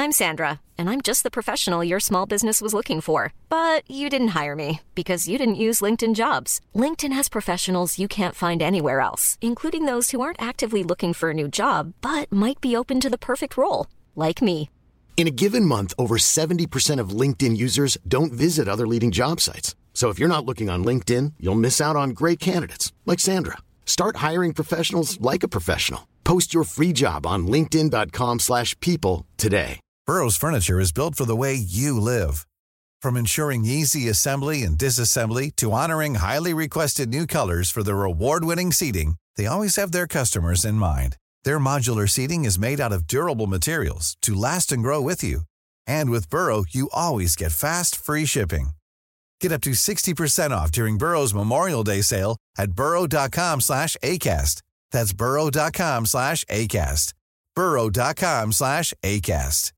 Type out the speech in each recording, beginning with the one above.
I'm Sandra, and I'm just the professional your small business was looking for. But you didn't hire me because you didn't use LinkedIn Jobs. LinkedIn has professionals you can't find anywhere else, including those who aren't actively looking for a new job, but might be open to the perfect role, like me. In a given month, over 70% of LinkedIn users don't visit other leading job sites. So if you're not looking on LinkedIn, you'll miss out on great candidates like Sandra. Start hiring professionals like a professional. Post your free job on linkedin.com/people today. Burrow's furniture is built for the way you live. From ensuring easy assembly and disassembly to honoring highly requested new colors for their award-winning seating, they always have their customers in mind. Their modular seating is made out of durable materials to last and grow with you. And with Burrow, you always get fast, free shipping. Get up to 60% off during Burrow's Memorial Day sale at burrow.com/ACAST. That's burrow.com/ACAST. burrow.com/ACAST.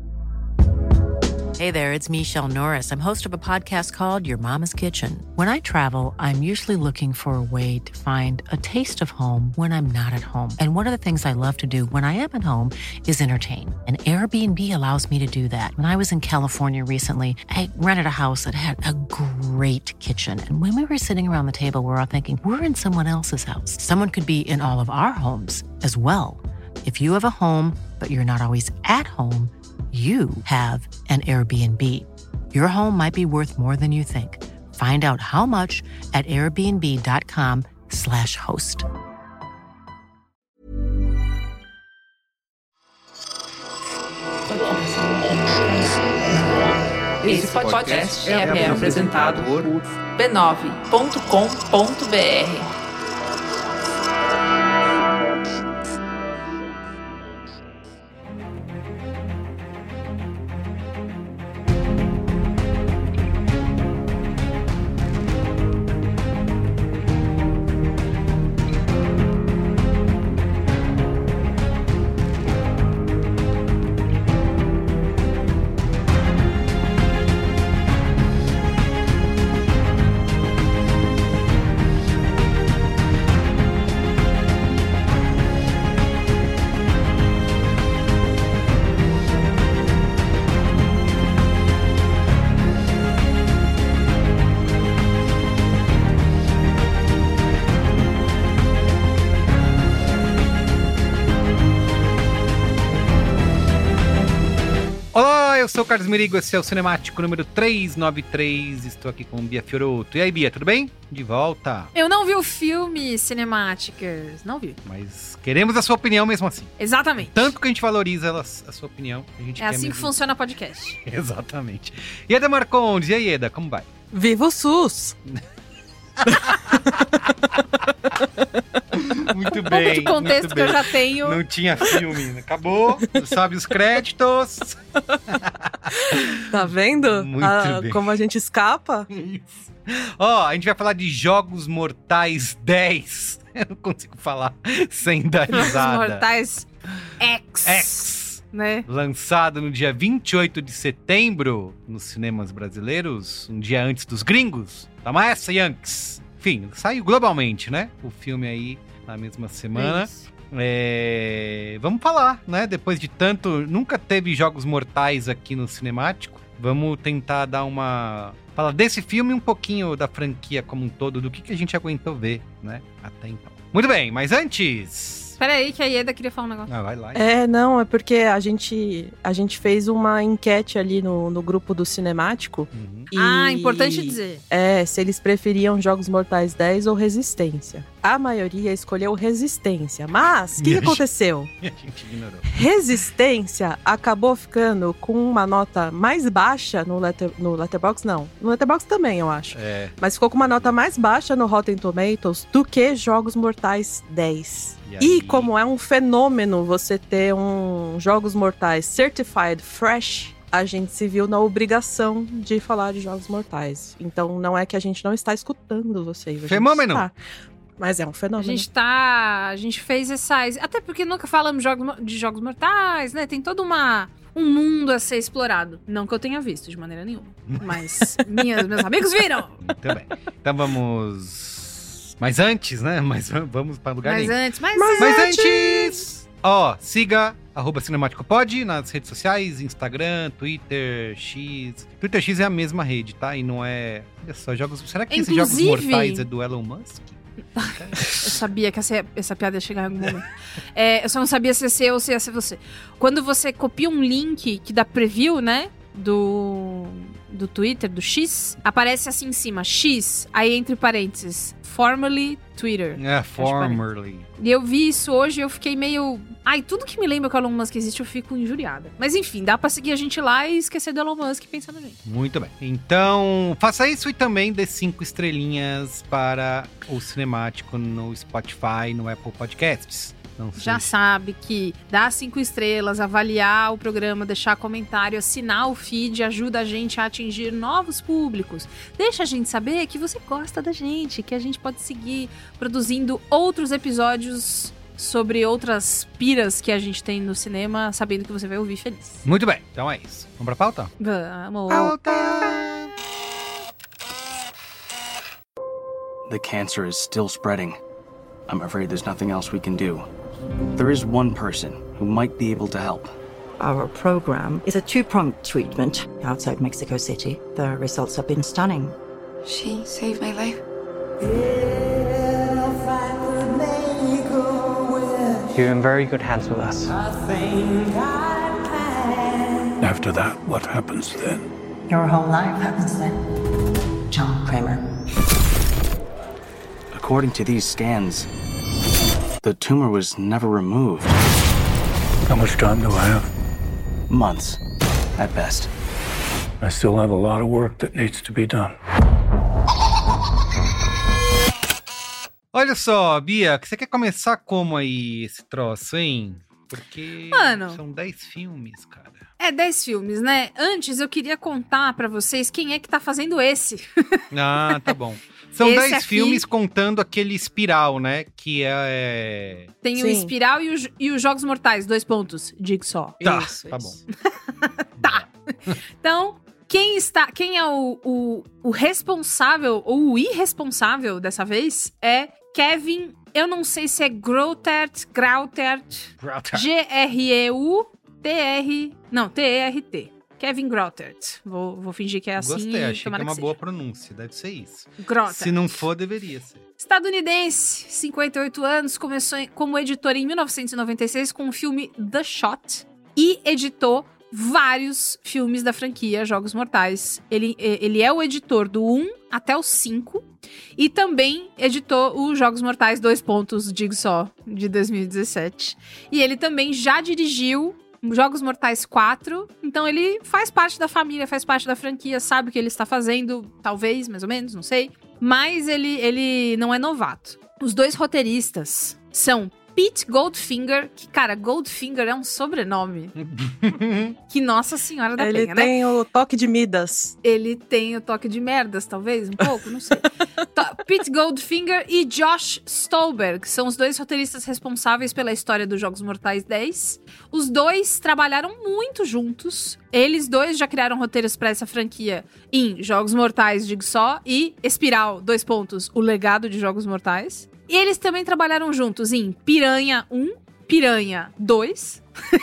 Hey there, it's Michelle Norris. I'm host of a podcast called Your Mama's Kitchen. When I travel, I'm usually looking for a way to find a taste of home when I'm not at home. And one of the things I love to do when I am at home is entertain. And Airbnb allows me to do that. When I was in California recently, I rented a house that had a great kitchen. And when we were sitting around the table, we were all thinking, we're in someone else's house. Someone could be in all of our homes as well. If you have a home, but you're not always at home, you have an Airbnb. Your home might be worth more than you think. Find out how much at airbnb.com/host. Esse podcast é apresentado por b9.com.br. Eu sou o Carlos Merigo, esse é o Cinemático número 393, estou aqui com Bia Fiorotto. E aí, Bia, tudo bem? De volta. Eu não vi o filme Cinemáticas, não vi. Mas queremos a sua opinião mesmo assim. Exatamente. Tanto que a gente valoriza a sua opinião. A gente é assim que funciona o podcast. Exatamente. Eda Marcondes, e aí, Eda, como vai? Viva o SUS! Muito bem. De contexto que eu já tenho. Não tinha filme, acabou, sobe os créditos. Tá vendo? Muito bem. Como a gente escapa? Isso. Ó, a gente vai falar de Jogos Mortais 10. Eu não consigo falar sem dar risada. Jogos Mortais X. Né? Lançado no dia 28 de setembro nos cinemas brasileiros, um dia antes dos gringos. Toma essa, Yankees! Enfim, saiu globalmente, né? O filme aí na mesma semana. Vamos falar, né? Depois de tanto... Nunca teve Jogos Mortais aqui no Cinemático. Vamos tentar dar uma... Falar desse filme um pouquinho da franquia como um todo, do que a gente aguentou ver, né? Até então. Muito bem, mas antes... Espera aí que a Ieda queria falar um negócio. Vai lá. Não, é porque a gente fez uma enquete ali no grupo do Cinemático. Uhum. Importante dizer. Se eles preferiam Jogos Mortais 10 ou Resistência. A maioria escolheu Resistência. Mas, o que aconteceu? A gente ignorou. Resistência acabou ficando com uma nota mais baixa no Letterboxd, não. No Letterboxd também, eu acho. Mas ficou com uma nota mais baixa no Rotten Tomatoes do que Jogos Mortais 10. E como é um fenômeno você ter um Jogos Mortais Certified Fresh, a gente se viu na obrigação de falar de Jogos Mortais. Então não é que a gente não está escutando vocês. Fenômeno! Mas é um fenômeno. A gente fez essas... Até porque nunca falamos de Jogos Mortais, né? Tem todo um mundo a ser explorado. Não que eu tenha visto de maneira nenhuma. Mas meus amigos viram! Muito bem. Então vamos... Mas antes, né? Vamos para lugar nenhum. Mas antes... Siga @cinemáticopod nas redes sociais, Instagram, Twitter, X. Twitter X é a mesma rede, tá? E não é... Olha só, jogos... Será que esses Jogos Mortais é do Elon Musk? Eu sabia que essa piada ia chegar em algum momento. Eu só não sabia se ia ser ou se ia ser você. Quando você copia um link que dá preview, né? Do Twitter, do X, aparece assim em cima, X, aí entre parênteses, formerly Twitter. Formerly. E eu vi isso hoje e eu fiquei meio... tudo que me lembra que o Elon Musk existe, eu fico injuriada. Mas enfim, dá pra seguir a gente lá e esquecer do Elon Musk pensando nele. Muito bem. Então, faça isso e também dê 5 estrelinhas para o Cinemático no Spotify, no Apple Podcasts. Já sabe que dar 5 estrelas, avaliar o programa, deixar comentário, assinar o feed ajuda a gente a atingir novos públicos. Deixa a gente saber que você gosta da gente, que a gente pode seguir produzindo outros episódios sobre outras piras que a gente tem no cinema, sabendo que você vai ouvir feliz. Muito bem, então é isso. Vamos pra pauta? Vamos. Pauta! The cancer is still spreading. I'm afraid there's nothing else we can do. There is one person who might be able to help. Our program is a 2-pronged treatment outside Mexico City. The results have been stunning. She saved my life. You're in very good hands with us. After that, what happens then? Your whole life happens then. John Kramer. According to these scans, the tumor was never removed. How much time do I have? Months, at best. I still have a lot of work that needs to be done. Olha só, Bia, você quer começar como aí esse troço, hein? Porque são 10 filmes, cara. 10 filmes, né? Antes eu queria contar pra vocês quem é que tá fazendo esse. Tá bom. São 10 filmes contando aquele Espiral, né? Que é... Tem o Espiral e os Jogos Mortais, 2 pontos, Jigsaw. Tá, isso. Bom. Tá. Então, quem é o responsável ou o irresponsável dessa vez é Kevin, eu não sei se é Groutert, T-E-R-T. Kevin Groutert. Vou fingir que é assim. Gostei, achei que é uma boa pronúncia. Deve ser isso. Groutert. Se não for, deveria ser. Estadunidense, 58 anos, começou como editor em 1996 com o filme The Shot e editou vários filmes da franquia Jogos Mortais. Ele é o editor do 1 até o 5 e também editou os Jogos Mortais 2 pontos Jigsaw de 2017. E ele também já dirigiu Jogos Mortais 4, então ele faz parte da família, faz parte da franquia, sabe o que ele está fazendo, talvez, mais ou menos, não sei. Mas ele não é novato. Os 2 roteiristas são Pete Goldfinger, que, cara, Goldfinger é um sobrenome. Que Nossa Senhora da Penha, né? Ele tem o toque de Midas. Ele tem o toque de merdas, talvez, um pouco, não sei. Pete Goldfinger e Josh Stolberg são os 2 roteiristas responsáveis pela história dos Jogos Mortais 10. Os 2 trabalharam muito juntos. Eles 2 já criaram roteiros para essa franquia em Jogos Mortais Jigsaw e Espiral, 2 pontos, o legado de Jogos Mortais. E eles também trabalharam juntos em Piranha 1, Piranha 2,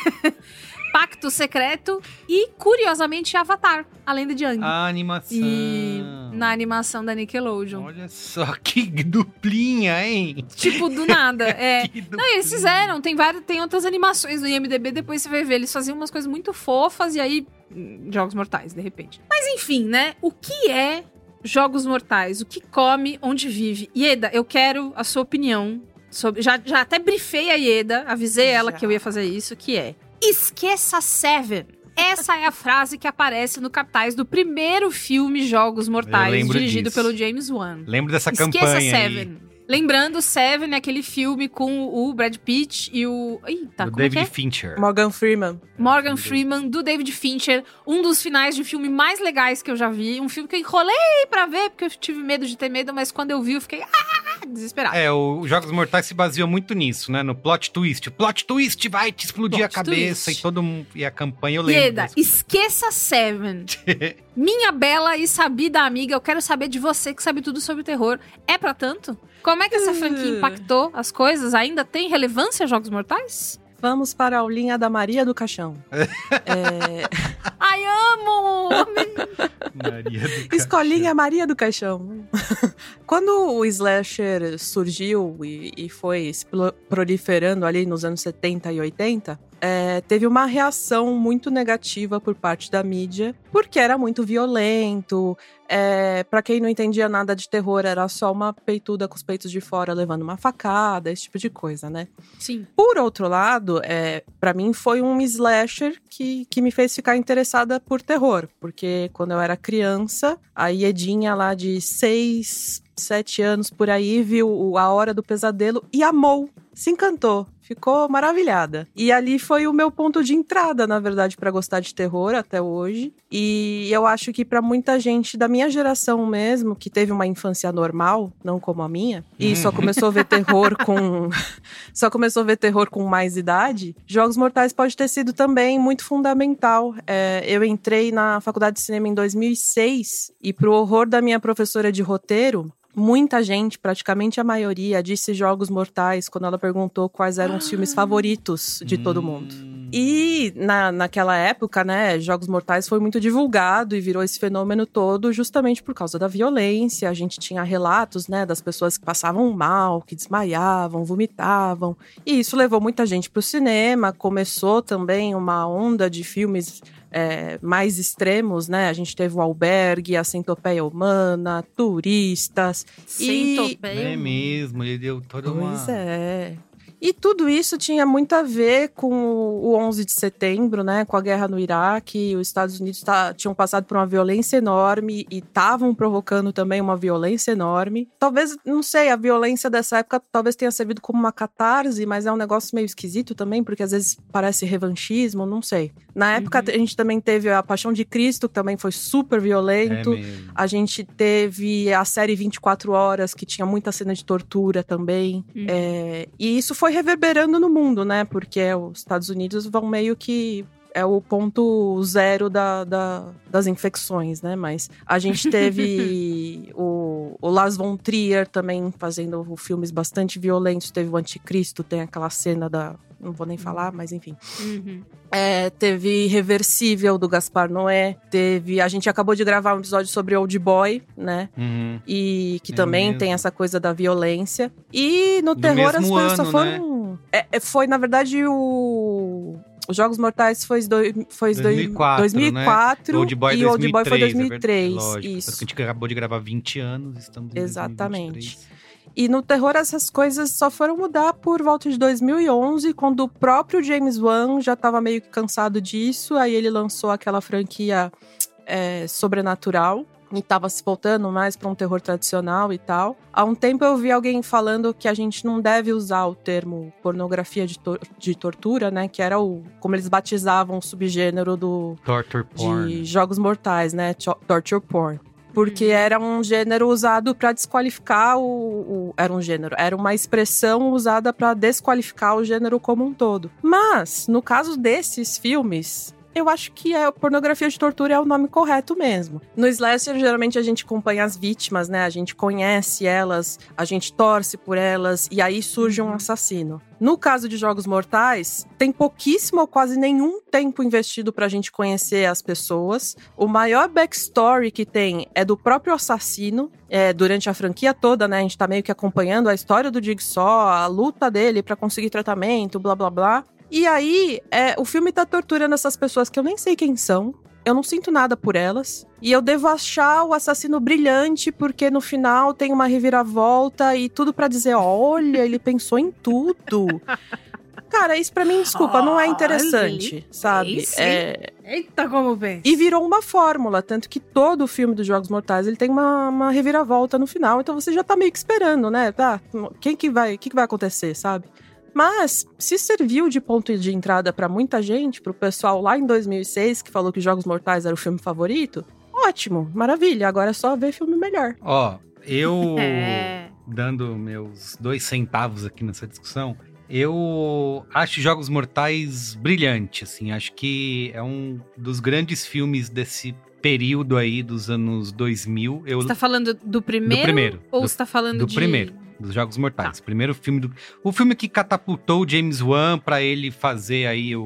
Pacto Secreto e, curiosamente, Avatar, A Lenda de Aang. A animação. E na animação da Nickelodeon. Olha só, que duplinha, hein? Tipo, do nada. Não, eles fizeram, tem outras animações no IMDb, depois você vai ver, eles faziam umas coisas muito fofas e aí, Jogos Mortais, de repente. Mas enfim, né, o que é Jogos Mortais? O que come, onde vive? Ieda, eu quero a sua opinião sobre... Já até brifei a Ieda, avisei ela que eu ia fazer isso, que é... Esqueça Seven. Essa é a frase que aparece no cartaz do primeiro filme Jogos Mortais, dirigido pelo James Wan. Lembro dessa campanha aí. Esqueça Seven. Lembrando, Seven é aquele filme com o Brad Pitt e o... Eita, como David é? Fincher. Morgan Freeman, do David Fincher. Um dos finais de filme mais legais que eu já vi. Um filme que eu enrolei pra ver, porque eu tive medo de ter medo, mas quando eu vi, eu fiquei desesperado. Os Jogos Mortais se baseou muito nisso, né? No plot twist. O plot twist vai te explodir a cabeça e todo mundo... E a campanha eu lembro. Ieda, esqueça Seven. Minha bela e sabida amiga, eu quero saber de você que sabe tudo sobre terror. É pra tanto? Como é que essa franquia impactou as coisas? Ainda tem relevância Jogos Mortais? Vamos para a aulinha da Maria do Caixão. Ai, amo! Maria do Caixão. Escolinha Maria do Caixão. Quando o slasher surgiu e foi se proliferando ali nos anos 70 e 80, teve uma reação muito negativa por parte da mídia, porque era muito violento. Pra quem não entendia nada de terror, era só uma peituda com os peitos de fora levando uma facada, esse tipo de coisa, né? Sim. Por outro lado, pra mim foi um slasher que me fez ficar interessada por terror, porque quando eu era criança, a Iedinha lá de 6, 7 anos por aí viu A Hora do Pesadelo e amou, se encantou. Ficou maravilhada. E ali foi o meu ponto de entrada, na verdade, pra gostar de terror até hoje. E eu acho que pra muita gente da minha geração mesmo, que teve uma infância normal, não como a minha, e só começou a ver terror com mais idade, Jogos Mortais pode ter sido também muito fundamental. Eu entrei na faculdade de cinema em 2006 e pro horror da minha professora de roteiro, muita gente, praticamente a maioria, disse Jogos Mortais quando ela perguntou quais eram os filmes favoritos de todo mundo. E naquela época, né, Jogos Mortais foi muito divulgado e virou esse fenômeno todo justamente por causa da violência. A gente tinha relatos, né, das pessoas que passavam mal, que desmaiavam, vomitavam. E isso levou muita gente pro cinema. Começou também uma onda de filmes mais extremos, né? A gente teve o Albergue, a Centopeia Humana, Turistas. Centopeia? É mesmo, ele deu toda uma... Pois é. E tudo isso tinha muito a ver com o 11 de setembro, né? Com a guerra no Iraque. Os Estados Unidos tinham passado por uma violência enorme e estavam provocando também uma violência enorme. Talvez, não sei, a violência dessa época talvez tenha servido como uma catarse, mas é um negócio meio esquisito também, porque às vezes parece revanchismo, não sei. Na época, a gente também teve a Paixão de Cristo, que também foi super violento. A gente teve a série 24 Horas, que tinha muita cena de tortura também. E isso foi reverberando no mundo, né? Porque os Estados Unidos vão meio que... é o ponto zero das infecções, né? Mas a gente teve o Lars von Trier também fazendo filmes bastante violentos. Teve o Anticristo, tem aquela cena da... não vou nem falar, mas enfim. Teve Reversível, do Gaspar Noé. A gente acabou de gravar um episódio sobre Old Boy, né? E que também tem essa coisa da violência. E no terror as coisas só foram... Né? Foi, na verdade, Os Jogos Mortais foi 2004, né? Old Boy e Old Boy foi 2003. Lógico, isso. Porque a gente acabou de gravar 20 anos, estamos em 2023. E no terror essas coisas só foram mudar por volta de 2011, quando o próprio James Wan já estava meio que cansado disso. Aí ele lançou aquela franquia Sobrenatural. E tava se voltando mais para um terror tradicional e tal. Há um tempo eu vi alguém falando que a gente não deve usar o termo pornografia de tortura, né? Que era como eles batizavam o subgênero Torture porn. De Jogos Mortais, né? Torture porn. Porque era um gênero usado para desqualificar era uma expressão usada para desqualificar o gênero como um todo. Mas, no caso desses filmes... eu acho que pornografia de tortura é o nome correto mesmo. No slasher, geralmente a gente acompanha as vítimas, né? A gente conhece elas, a gente torce por elas, e aí surge um assassino. No caso de Jogos Mortais, tem pouquíssimo ou quase nenhum tempo investido pra gente conhecer as pessoas. O maior backstory que tem é do próprio assassino. Durante a franquia toda, né? A gente tá meio que acompanhando a história do Jigsaw, a luta dele pra conseguir tratamento, blá blá blá. E aí, o filme tá torturando essas pessoas que eu nem sei quem são. Eu não sinto nada por elas. E eu devo achar o assassino brilhante, porque no final tem uma reviravolta e tudo pra dizer, olha, ele pensou em tudo. Cara, isso pra mim, desculpa, não é interessante, sabe? Eita, como bem. E virou uma fórmula, tanto que todo o filme dos Jogos Mortais, ele tem uma reviravolta no final. Então você já tá meio que esperando, né? Tá, o que vai acontecer, sabe? Mas, se serviu de ponto de entrada pra muita gente, pro pessoal lá em 2006, que falou que Jogos Mortais era o filme favorito, ótimo, maravilha, agora é só ver filme melhor. Eu, dando meus 2 centavos aqui nessa discussão, eu acho Jogos Mortais brilhante, assim, acho que é um dos grandes filmes desse período aí dos anos 2000. Você tá falando do primeiro? Do primeiro. Ou você tá falando do primeiro. dos Jogos Mortais. Primeiro filme o filme que catapultou o James Wan pra ele fazer aí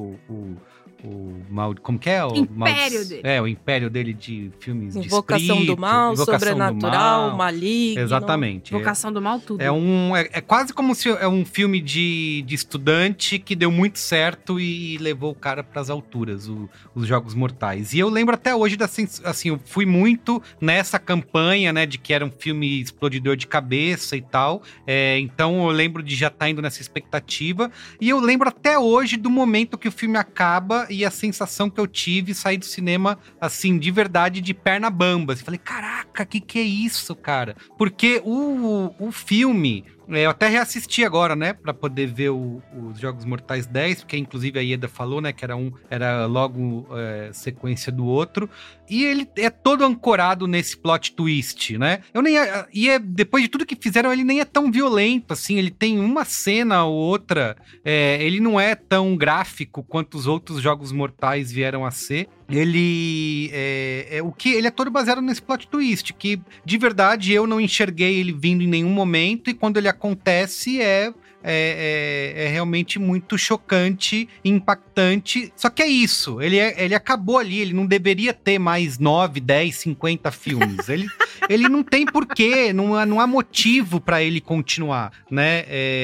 como que é? O império dele. O império dele de filmes de Invocação do Mal, Sobrenatural, Maligno. Exatamente. Invocação do Mal, tudo. É quase como se é um filme de estudante que deu muito certo e levou o cara pras alturas, os Jogos Mortais. E eu lembro até hoje, assim, eu fui muito nessa campanha, né, de que era um filme explodidor de cabeça e tal. Então eu lembro de já estar indo nessa expectativa. E eu lembro até hoje do momento que o filme acaba e a sensação que eu tive sair do cinema, assim, de verdade, de perna bamba. Eu falei, caraca, que é isso, cara? Porque o filme... Eu até reassisti agora, né, pra poder ver os Jogos Mortais 10, porque inclusive a Ieda falou, né, que era logo sequência do outro, e ele é todo ancorado nesse plot twist, né, depois de tudo que fizeram, ele nem é tão violento, assim, ele tem uma cena ou outra, ele não é tão gráfico quanto os outros Jogos Mortais vieram a ser. Ele é todo baseado nesse plot twist, que de verdade eu não enxerguei ele vindo em nenhum momento, e quando ele acontece é realmente muito chocante e impactante. Só que é isso, ele acabou ali, ele não deveria ter mais 9, 10, 50 filmes. Ele não tem porquê, não há motivo pra ele continuar, né?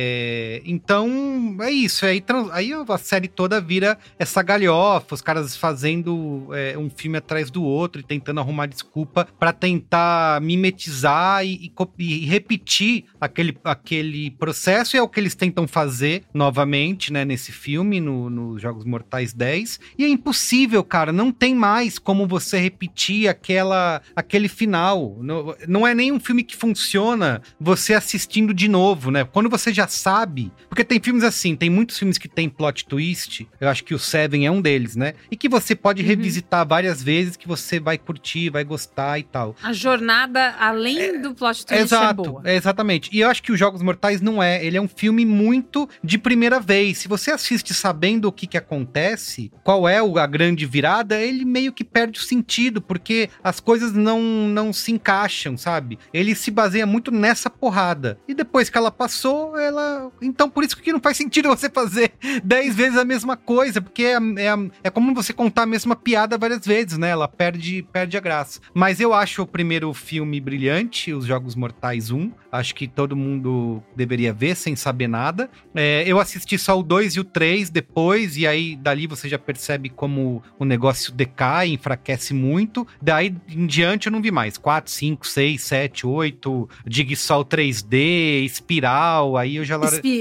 Então, é isso. Aí a série toda vira essa galhofa, os caras fazendo um filme atrás do outro e tentando arrumar desculpa pra tentar mimetizar e repetir aquele processo. E é o que eles tentam fazer novamente, né, nesse filme, no Jogos Mortais 10. E é impossível, cara. Não tem mais como você repetir aquele final. Não é nem um filme que funciona você assistindo de novo, né? Quando você já sabe... Porque tem filmes assim, tem muitos filmes que tem plot twist. Eu acho que o Seven é um deles, né? E que você pode revisitar várias vezes, que você vai curtir, vai gostar e tal. A jornada, além do plot twist, é boa. Exatamente. E eu acho que os Jogos Mortais não é. Ele é um filme muito de primeira vez. Se você assiste sabendo o que acontece, qual é a grande virada, ele meio que perde o sentido, porque as coisas não se encaixam, sabe? Ele se baseia muito nessa porrada. E depois que ela passou, então por isso que não faz sentido você fazer 10 vezes a mesma coisa, porque é como você contar a mesma piada várias vezes, né? Ela perde a graça. Mas eu acho o primeiro filme brilhante, Os Jogos Mortais 1. Acho que todo mundo deveria ver, sem saber nada. Eu assisti só o 2 e o 3 depois, e aí dali você já percebe como o negócio decai, enfraquece muito. Daí em diante eu não vi mais. 4, 5, 6, 7, 8, Jigsaw 3D, Espiral, aí eu já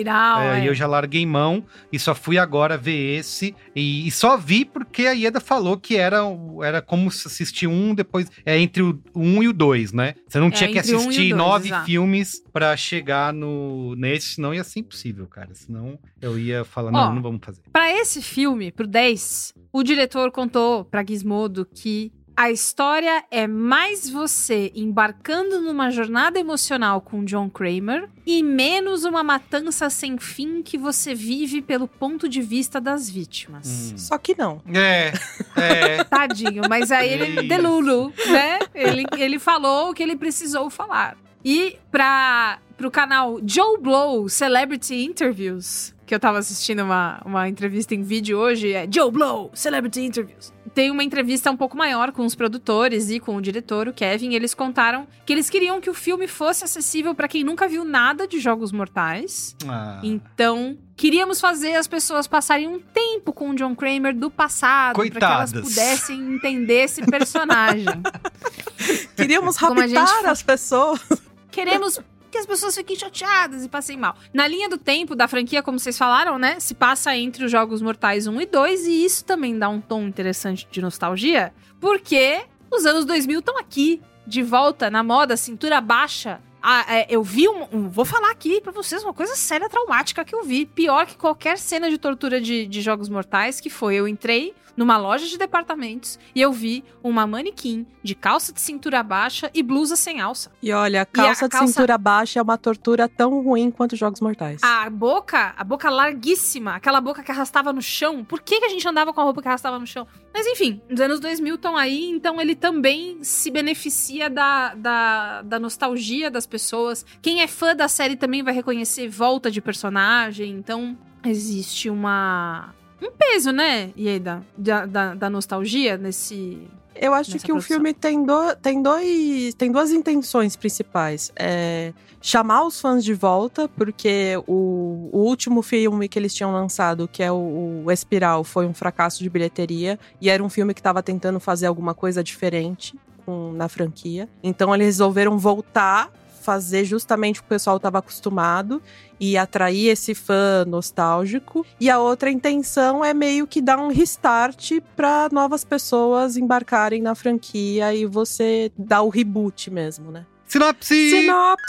eu já larguei mão e só fui agora ver esse. E só vi porque a Ieda falou que era como se assistir depois, entre o 1 e o 2, né? Você não tinha que assistir 9 filmes pra chegar nesse, senão ia ser impossível, cara. Senão eu ia falar, não vamos fazer. Pra esse filme, pro 10, o diretor contou pra Gizmodo que a história é mais você embarcando numa jornada emocional com John Kramer e menos uma matança sem fim que você vive pelo ponto de vista das vítimas. Só que não. Tadinho, mas aí ele delulu, né? Ele falou o que ele precisou falar. E pro canal Joe Blow Celebrity Interviews, que eu tava assistindo uma entrevista em vídeo hoje, Joe Blow Celebrity Interviews. Tem uma entrevista um pouco maior com os produtores e com o diretor, o Kevin. Eles contaram que eles queriam que o filme fosse acessível pra quem nunca viu nada de Jogos Mortais. Então, queríamos fazer as pessoas passarem um tempo com o John Kramer do passado, pra que elas pudessem entender esse personagem. Queríamos raptar as pessoas. Queremos que as pessoas fiquem chateadas e passem mal. Na linha do tempo da franquia, como vocês falaram, né? Se passa entre os Jogos Mortais 1 e 2, e isso também dá um tom interessante de nostalgia, porque os anos 2000 estão aqui, de volta na moda, cintura baixa. Eu vi vou falar aqui pra vocês uma coisa séria, traumática que eu vi. Pior que qualquer cena de tortura de Jogos Mortais, que foi, eu entrei numa loja de departamentos e eu vi uma manequim de calça de cintura baixa e blusa sem alça. E olha, calça de cintura baixa é uma tortura tão ruim quanto Jogos Mortais. A boca larguíssima, aquela boca que arrastava no chão. Por que a gente andava com a roupa que arrastava no chão? Mas enfim, os anos 2000 estão aí, então ele também se beneficia da nostalgia das pessoas. Quem é fã da série também vai reconhecer volta de personagem, então existe um peso, né, Ieda, da nostalgia nesse... Eu acho que produção. O filme tem duas intenções principais. Chamar os fãs de volta, porque o último filme que eles tinham lançado, que é o Espiral, foi um fracasso de bilheteria. E era um filme que estava tentando fazer alguma coisa diferente na franquia. Então eles resolveram voltar, fazer justamente o que o pessoal estava acostumado e atrair esse fã nostálgico. E a outra intenção é meio que dar um restart para novas pessoas embarcarem na franquia e você dar o reboot mesmo, né? Sinopse!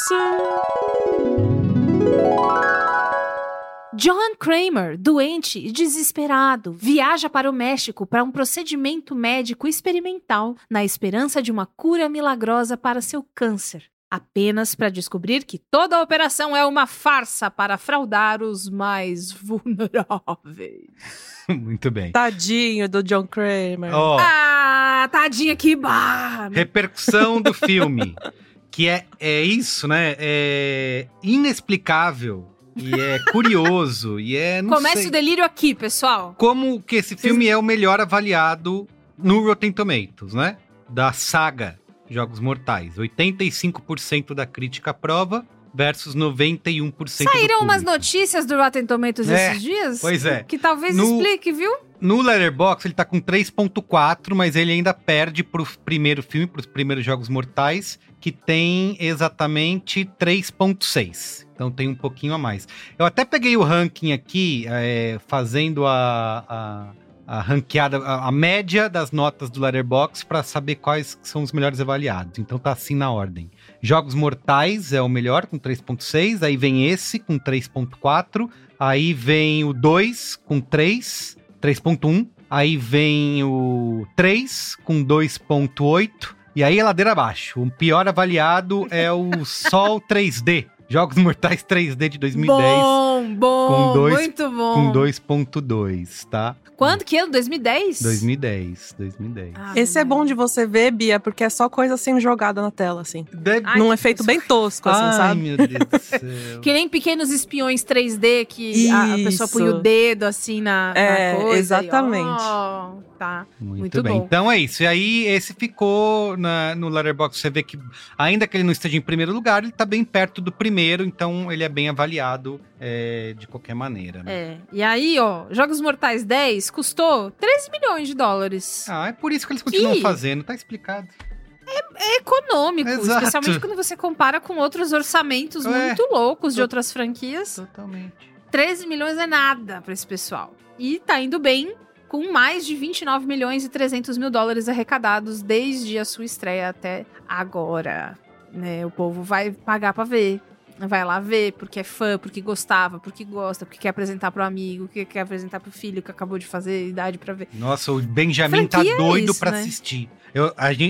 John Kramer, doente e desesperado, viaja para o México para um procedimento médico experimental na esperança de uma cura milagrosa para seu câncer. Apenas para descobrir que toda a operação é uma farsa para fraudar os mais vulneráveis. Muito bem. Tadinho do John Kramer. Tadinho, que barra. Repercussão do filme. Que é isso, né? É inexplicável. E é curioso. E Comece o delírio aqui, pessoal. Como que esse filme é o melhor avaliado no Rotten Tomatoes, né? Da saga Jogos Mortais. 85% da crítica aprova versus 91% do público. Saíram umas notícias do Rotten Tomatoes esses dias? Pois é. Que talvez explique, viu? No Letterboxd ele tá com 3.4, mas ele ainda perde pro primeiro filme, pros primeiros Jogos Mortais, que tem exatamente 3.6. Então tem um pouquinho a mais. Eu até peguei o ranking aqui, fazendo a ranqueada, a média das notas do Letterboxd para saber quais são os melhores avaliados. Então tá assim na ordem. Jogos Mortais é o melhor, com 3.6. Aí vem esse, com 3.4. Aí vem o 2, com 3.1. Aí vem o 3, com 2.8. E aí a ladeira abaixo. O pior avaliado é o Sol 3D. Jogos Mortais 3D de 2010. Bom, muito bom. Com 2.2, tá? Quando que é? 2010? 2010. Esse é bom de você ver, Bia, porque é só coisa sendo jogada na tela, assim. Num efeito bem tosco, assim, sabe? Ai, meu Deus do céu. Que nem Pequenos Espiões 3D, que a pessoa põe o dedo, assim, na coisa. Exatamente. Tá. Muito bem. Bom. Então é isso. E aí, esse ficou no Letterboxd. Você vê que, ainda que ele não esteja em primeiro lugar, ele tá bem perto do primeiro, então ele é bem avaliado de qualquer maneira. Né? E aí, Jogos Mortais 10 custou 13 milhões de dólares. É por isso que eles continuam fazendo, tá explicado. É econômico, exato. Especialmente quando você compara com outros orçamentos muito loucos de outras franquias. Totalmente. 13 milhões é nada pra esse pessoal. E tá indo bem, com mais de 29 milhões e 300 mil dólares arrecadados desde a sua estreia até agora. Né? O povo vai pagar pra ver. Vai lá ver, porque é fã, porque gostava, porque gosta, porque quer apresentar pro amigo, porque quer apresentar pro filho que acabou de fazer idade pra ver. Nossa, o Benjamin tá doido pra assistir. Meu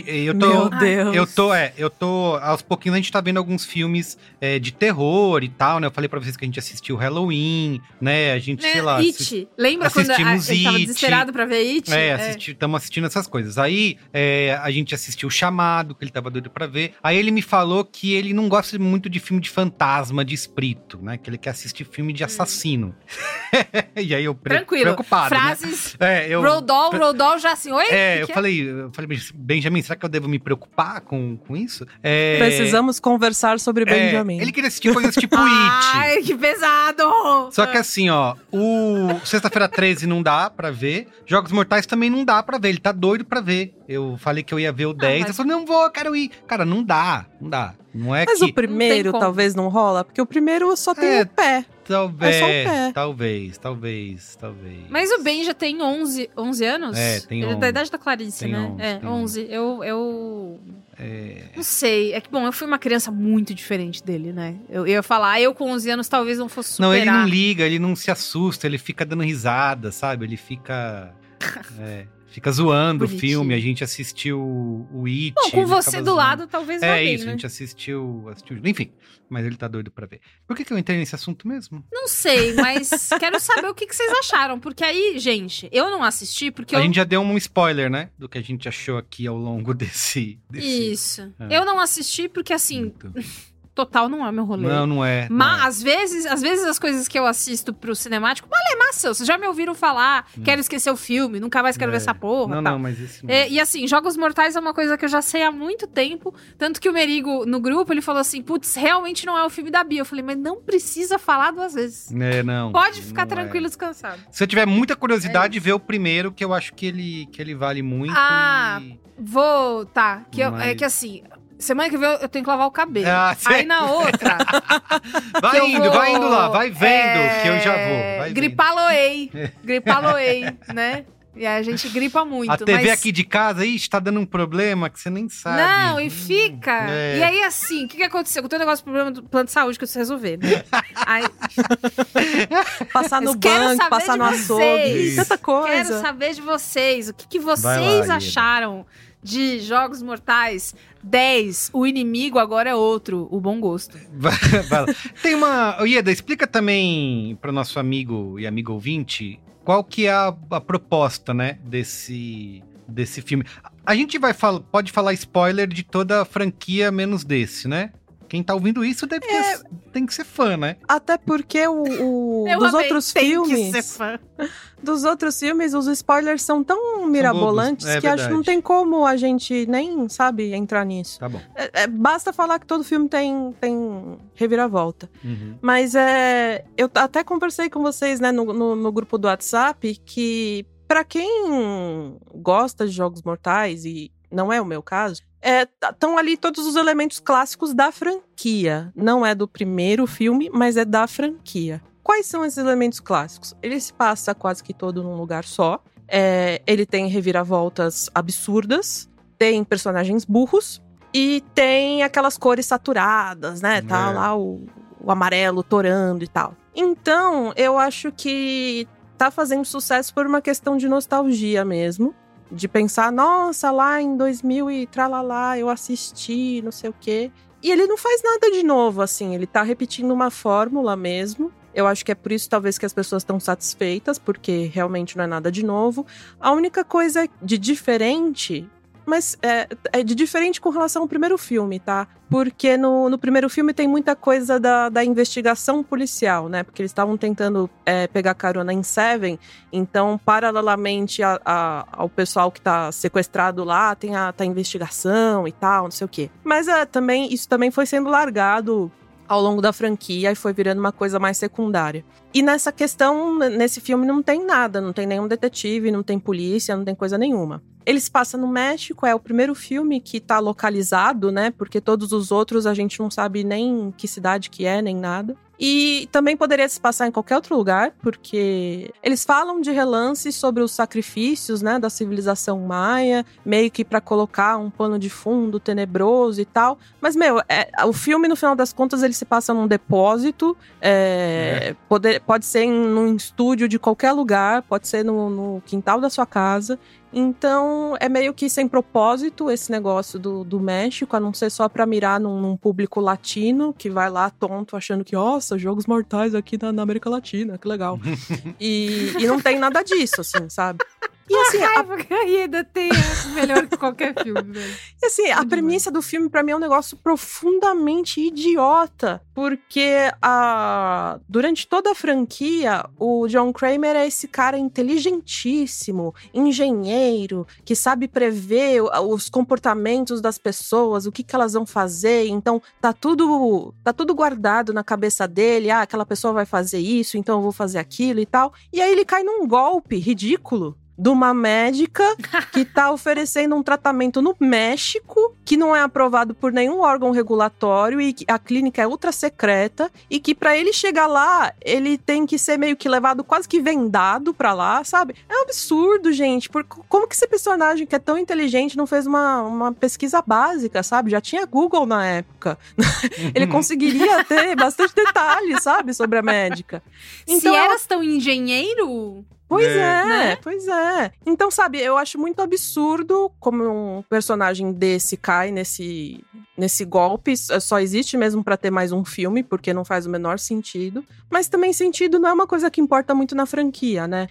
Deus. Eu tô, aos pouquinhos a gente tá vendo alguns filmes de terror e tal, né? Eu falei pra vocês que a gente assistiu Halloween, né? A gente, sei lá... It. Lembra quando ele tava desesperado pra ver It? Estamos assistindo essas coisas. Aí, a gente assistiu o Chamado, que ele tava doido pra ver. Aí ele me falou que ele não gosta muito de filme de fantasma, de espírito, né? Que ele quer assistir filme de assassino. E aí eu preocupado, frases, né? Roldol já assim, oi? Eu falei, Benjamin, será que eu devo me preocupar com isso? Precisamos conversar sobre Benjamin. Ele queria assistir coisas tipo It. Ai, que pesado! Só que assim, o Sexta-feira 13 não dá pra ver. Jogos Mortais também não dá pra ver. Ele tá doido pra ver. Eu falei que eu ia ver o 10. Eu falei, não vou, quero ir. Cara, não dá. Não é mas o primeiro talvez não rola, porque o primeiro só tem o pé. Talvez, é só o pé. Talvez. Mas o Ben já tem 11 anos? Tem 11. Ele é da idade da Clarice, né? 11. Eu não sei. É que, bom, eu fui uma criança muito diferente dele, né? Eu ia falar, eu com 11 anos talvez não fosse superar. Não, ele não liga, ele não se assusta, ele fica dando risada, sabe? Ele fica... fica zoando o filme. A gente assistiu o It. Bom, com você do lado, talvez vá bem, isso, né? A gente assistiu... Enfim, mas ele tá doido pra ver. Por que eu entrei nesse assunto mesmo? Não sei, mas quero saber o que vocês acharam. Porque aí, gente, eu não assisti porque a gente já deu um spoiler, né? Do que a gente achou aqui ao longo desse... Isso. Eu não assisti porque, assim... Total não é meu rolê. Não é. Mas, às vezes as coisas que eu assisto pro cinemático, massa, vocês já me ouviram falar, quero esquecer o filme, nunca mais quero ver essa porra. Não, mas esse não. E assim, Jogos Mortais é uma coisa que eu já sei há muito tempo, tanto que o Merigo, no grupo, ele falou assim, putz, realmente não é o filme da Bia. Eu falei, mas não precisa falar 2 vezes. Não. Pode ficar tranquilo, descansado. Se você tiver muita curiosidade, vê o primeiro, que eu acho que ele vale muito. Vou, tá. É que assim... Semana que vem eu tenho que lavar o cabelo. Aí na outra... vai indo lá, vai vendo que eu já vou. Gripaloei, né? E aí a gente gripa muito. A TV aqui de casa aí está dando um problema que você nem sabe. Não, e fica. E aí assim, o que aconteceu? Com todo negócio do problema do plano de saúde que eu preciso resolver, né? Aí... Passar no banco, passar no açougue, tanta coisa. Quero saber de vocês. O que vocês acharam de Jogos Mortais 10, o inimigo agora é outro, o bom gosto. Vai lá. Tem uma... Ieda, explica também para o nosso amigo e amigo ouvinte qual que é a proposta, né, desse filme. A gente pode falar spoiler de toda a franquia, menos desse, né? Quem tá ouvindo isso tem que ser fã, né? Até porque dos outros filmes... que ser fã. Dos outros filmes, os spoilers são tão mirabolantes que acho que não tem como a gente nem, sabe, entrar nisso. Tá bom. Basta falar que todo filme tem reviravolta. Uhum. Mas eu até conversei com vocês, né, no grupo do WhatsApp, que pra quem gosta de Jogos Mortais, e não é o meu caso, estão ali todos os elementos clássicos da franquia. Não é do primeiro filme, mas é da franquia. Quais são esses elementos clássicos? Ele se passa quase que todo num lugar só. Ele tem reviravoltas absurdas, tem personagens burros e tem aquelas cores saturadas, né? Tá lá o amarelo torando e tal. Então, eu acho que tá fazendo sucesso por uma questão de nostalgia mesmo. De pensar, nossa, lá em 2000 e tralalá, eu assisti, não sei o quê. E ele não faz nada de novo, assim. Ele tá repetindo uma fórmula mesmo. Eu acho que é por isso, talvez, que as pessoas estão satisfeitas, porque realmente não é nada de novo. A única coisa de diferente... Mas é de diferente com relação ao primeiro filme, tá? Porque no primeiro filme tem muita coisa da investigação policial, né? Porque eles estavam tentando pegar carona em Seven, então, paralelamente ao pessoal que tá sequestrado lá, tem a investigação e tal, não sei o quê. Mas isso também foi sendo largado ao longo da franquia e foi virando uma coisa mais secundária. E nessa questão, nesse filme não tem nada, não tem nenhum detetive, não tem polícia, não tem coisa nenhuma. Ele se passa no México, é o primeiro filme que tá localizado, né? Porque todos os outros a gente não sabe nem que cidade que é, nem nada. E também poderia se passar em qualquer outro lugar, porque eles falam de relance sobre os sacrifícios, né, da civilização maia, meio que pra colocar um pano de fundo tenebroso e tal. Mas, o filme, no final das contas, ele se passa num depósito, pode ser num estúdio de qualquer lugar, pode ser no quintal da sua casa. Então, é meio que sem propósito esse negócio do México, a não ser só pra mirar num público latino, que vai lá tonto, achando que, nossa, Jogos Mortais aqui na América Latina, que legal. e não tem nada disso, assim, sabe? E assim, a Ieda tem melhor que qualquer filme, velho. E assim, a premissa do filme pra mim é um negócio profundamente idiota, porque durante toda a franquia, o John Kramer é esse cara inteligentíssimo, engenheiro, que sabe prever os comportamentos das pessoas, o que elas vão fazer, então tá tudo guardado na cabeça dele, aquela pessoa vai fazer isso, então eu vou fazer aquilo e tal. E aí ele cai num golpe ridículo de uma médica que tá oferecendo um tratamento no México que não é aprovado por nenhum órgão regulatório e que a clínica é ultra secreta e que pra ele chegar lá, ele tem que ser meio que levado quase que vendado pra lá, sabe? É um absurdo, gente. Como que esse personagem que é tão inteligente não fez uma pesquisa básica, sabe? Já tinha Google na época. Ele conseguiria ter bastante detalhes, sabe? Sobre a médica. Então, se eras tão engenheiro... Pois né? Pois é. Então, sabe, eu acho muito absurdo como um personagem desse cai nesse golpe. Só existe mesmo pra ter mais um filme, porque não faz o menor sentido. Mas também sentido não é uma coisa que importa muito na franquia, né?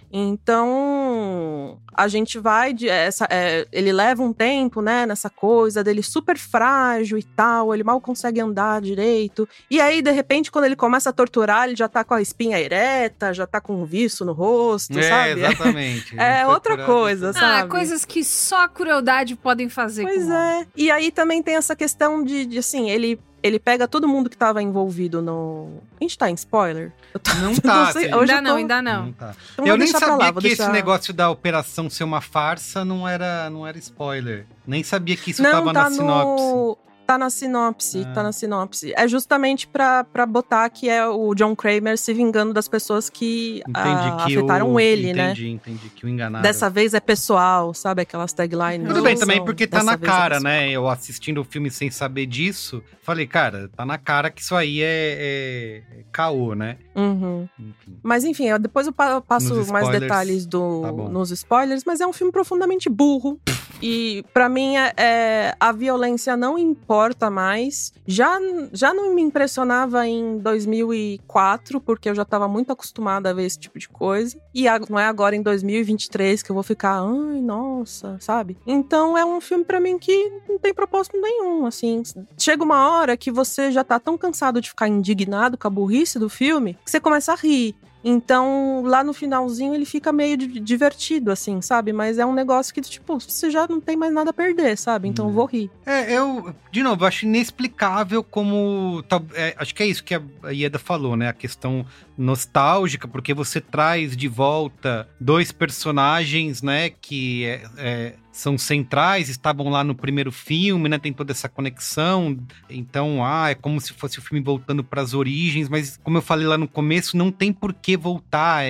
Então, a gente vai... ele leva um tempo, né, nessa coisa dele super frágil e tal. Ele mal consegue andar direito. E aí, de repente, quando ele começa a torturar, ele já tá com a espinha ereta, já tá com um viço no rosto, sabe? Exatamente. É outra coisa, sabe? Coisas que só a crueldade podem fazer. Pois é. E aí também tem essa questão de assim, ele pega todo mundo que tava envolvido no... A gente tá em spoiler? Não tá. Ainda não. Tá. Então eu nem sabia que esse negócio da operação ser uma farsa não era spoiler. Nem sabia que isso tava na sinopse. Tá na sinopse. É justamente pra botar que é o John Kramer se vingando das pessoas que afetaram ele, né? Entendi, que o enganaram. Dessa vez é pessoal, sabe? Aquelas taglines. Tudo bem também, porque tá na cara, né? Eu assistindo o filme sem saber disso, falei, cara, tá na cara que isso aí é caô, né? Uhum. Enfim. Mas enfim, depois eu passo mais detalhes nos spoilers, mas é um filme profundamente burro. E pra mim, a violência não importa mais. Já não me impressionava em 2004, porque eu já tava muito acostumada a ver esse tipo de coisa. E não é agora em 2023 que eu vou ficar, ai, nossa, sabe? Então é um filme pra mim que não tem propósito nenhum, assim. Chega uma hora que você já tá tão cansado de ficar indignado com a burrice do filme, que você começa a rir. Então, lá no finalzinho, ele fica meio divertido, assim, sabe? Mas é um negócio que, tipo, você já não tem mais nada a perder, sabe? Então, eu vou rir. De novo, acho inexplicável como... acho que é isso que a Ieda falou, né? A questão nostálgica, porque você traz de volta dois personagens, né? Que são centrais, estavam lá no primeiro filme, né? Tem toda essa conexão. Então, é como se fosse o filme voltando para as origens, mas como eu falei lá no começo, não tem por que voltar.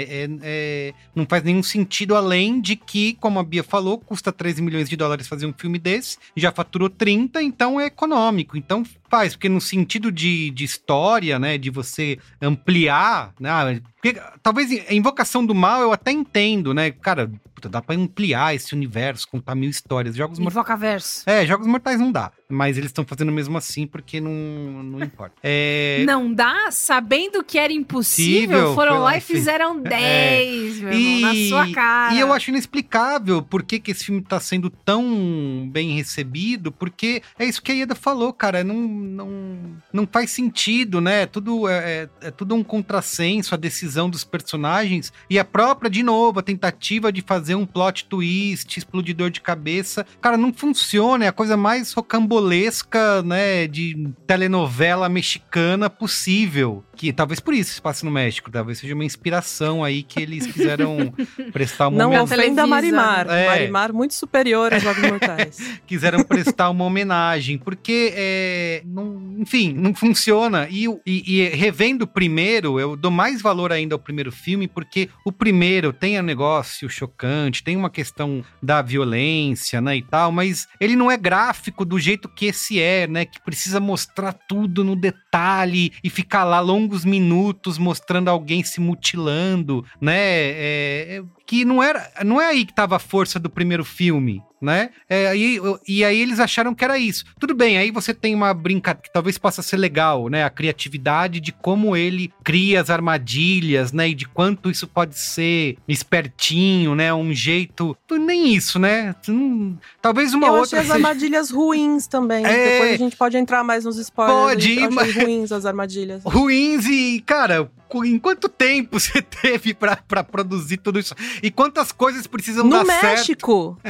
Não faz nenhum sentido, além de que, como a Bia falou, custa 13 milhões de dólares fazer um filme desse, já faturou 30, então é econômico. Então faz, porque no sentido de história, né? De você ampliar, né? Porque talvez a Invocação do Mal eu até entendo, né? Cara, dá pra ampliar esse universo, contar 1000 histórias. Invocaverso. Jogos Mortais não dá. Mas eles estão fazendo mesmo assim porque não importa. Não dá? Sabendo que era impossível, foram lá e fizeram 10, meu irmão, na sua cara. E eu acho inexplicável por que esse filme tá sendo tão bem recebido, porque é isso que a Ieda falou, cara. Não faz sentido, né? Tudo é tudo um contrassenso, a decisão dos personagens e a própria, de novo, a tentativa de fazer um plot twist, explodidor de cabeça. Cara, não funciona, é a coisa mais rocambolesca, né, de telenovela mexicana possível. Que talvez por isso se passe no México, talvez seja uma inspiração aí que eles quiseram prestar uma homenagem. Não ofenda a Marimar. Marimar muito superior aos Jogos Mortais. Quiseram prestar uma homenagem, porque não funciona. E revendo o primeiro, eu dou mais valor ainda ao primeiro filme, porque o primeiro tem um negócio chocante, tem uma questão da violência, né, e tal, mas ele não é gráfico do jeito que esse né, que precisa mostrar tudo no detalhe e ficar lá longos minutos mostrando alguém se mutilando, né, que não é aí que tava a força do primeiro filme, né? E aí eles acharam que era isso. Tudo bem, aí você tem uma brincadeira que talvez possa ser legal, né? A criatividade de como ele cria as armadilhas, né? E de quanto isso pode ser espertinho, né? Um jeito... Nem isso, né? Talvez uma outra... Eu achei as armadilhas ruins também. Depois a gente pode entrar mais nos spoilers. Eu achei ruins as armadilhas. Ruins e, cara... Em quanto tempo você teve pra produzir tudo isso? E quantas coisas precisam dar certo? No México!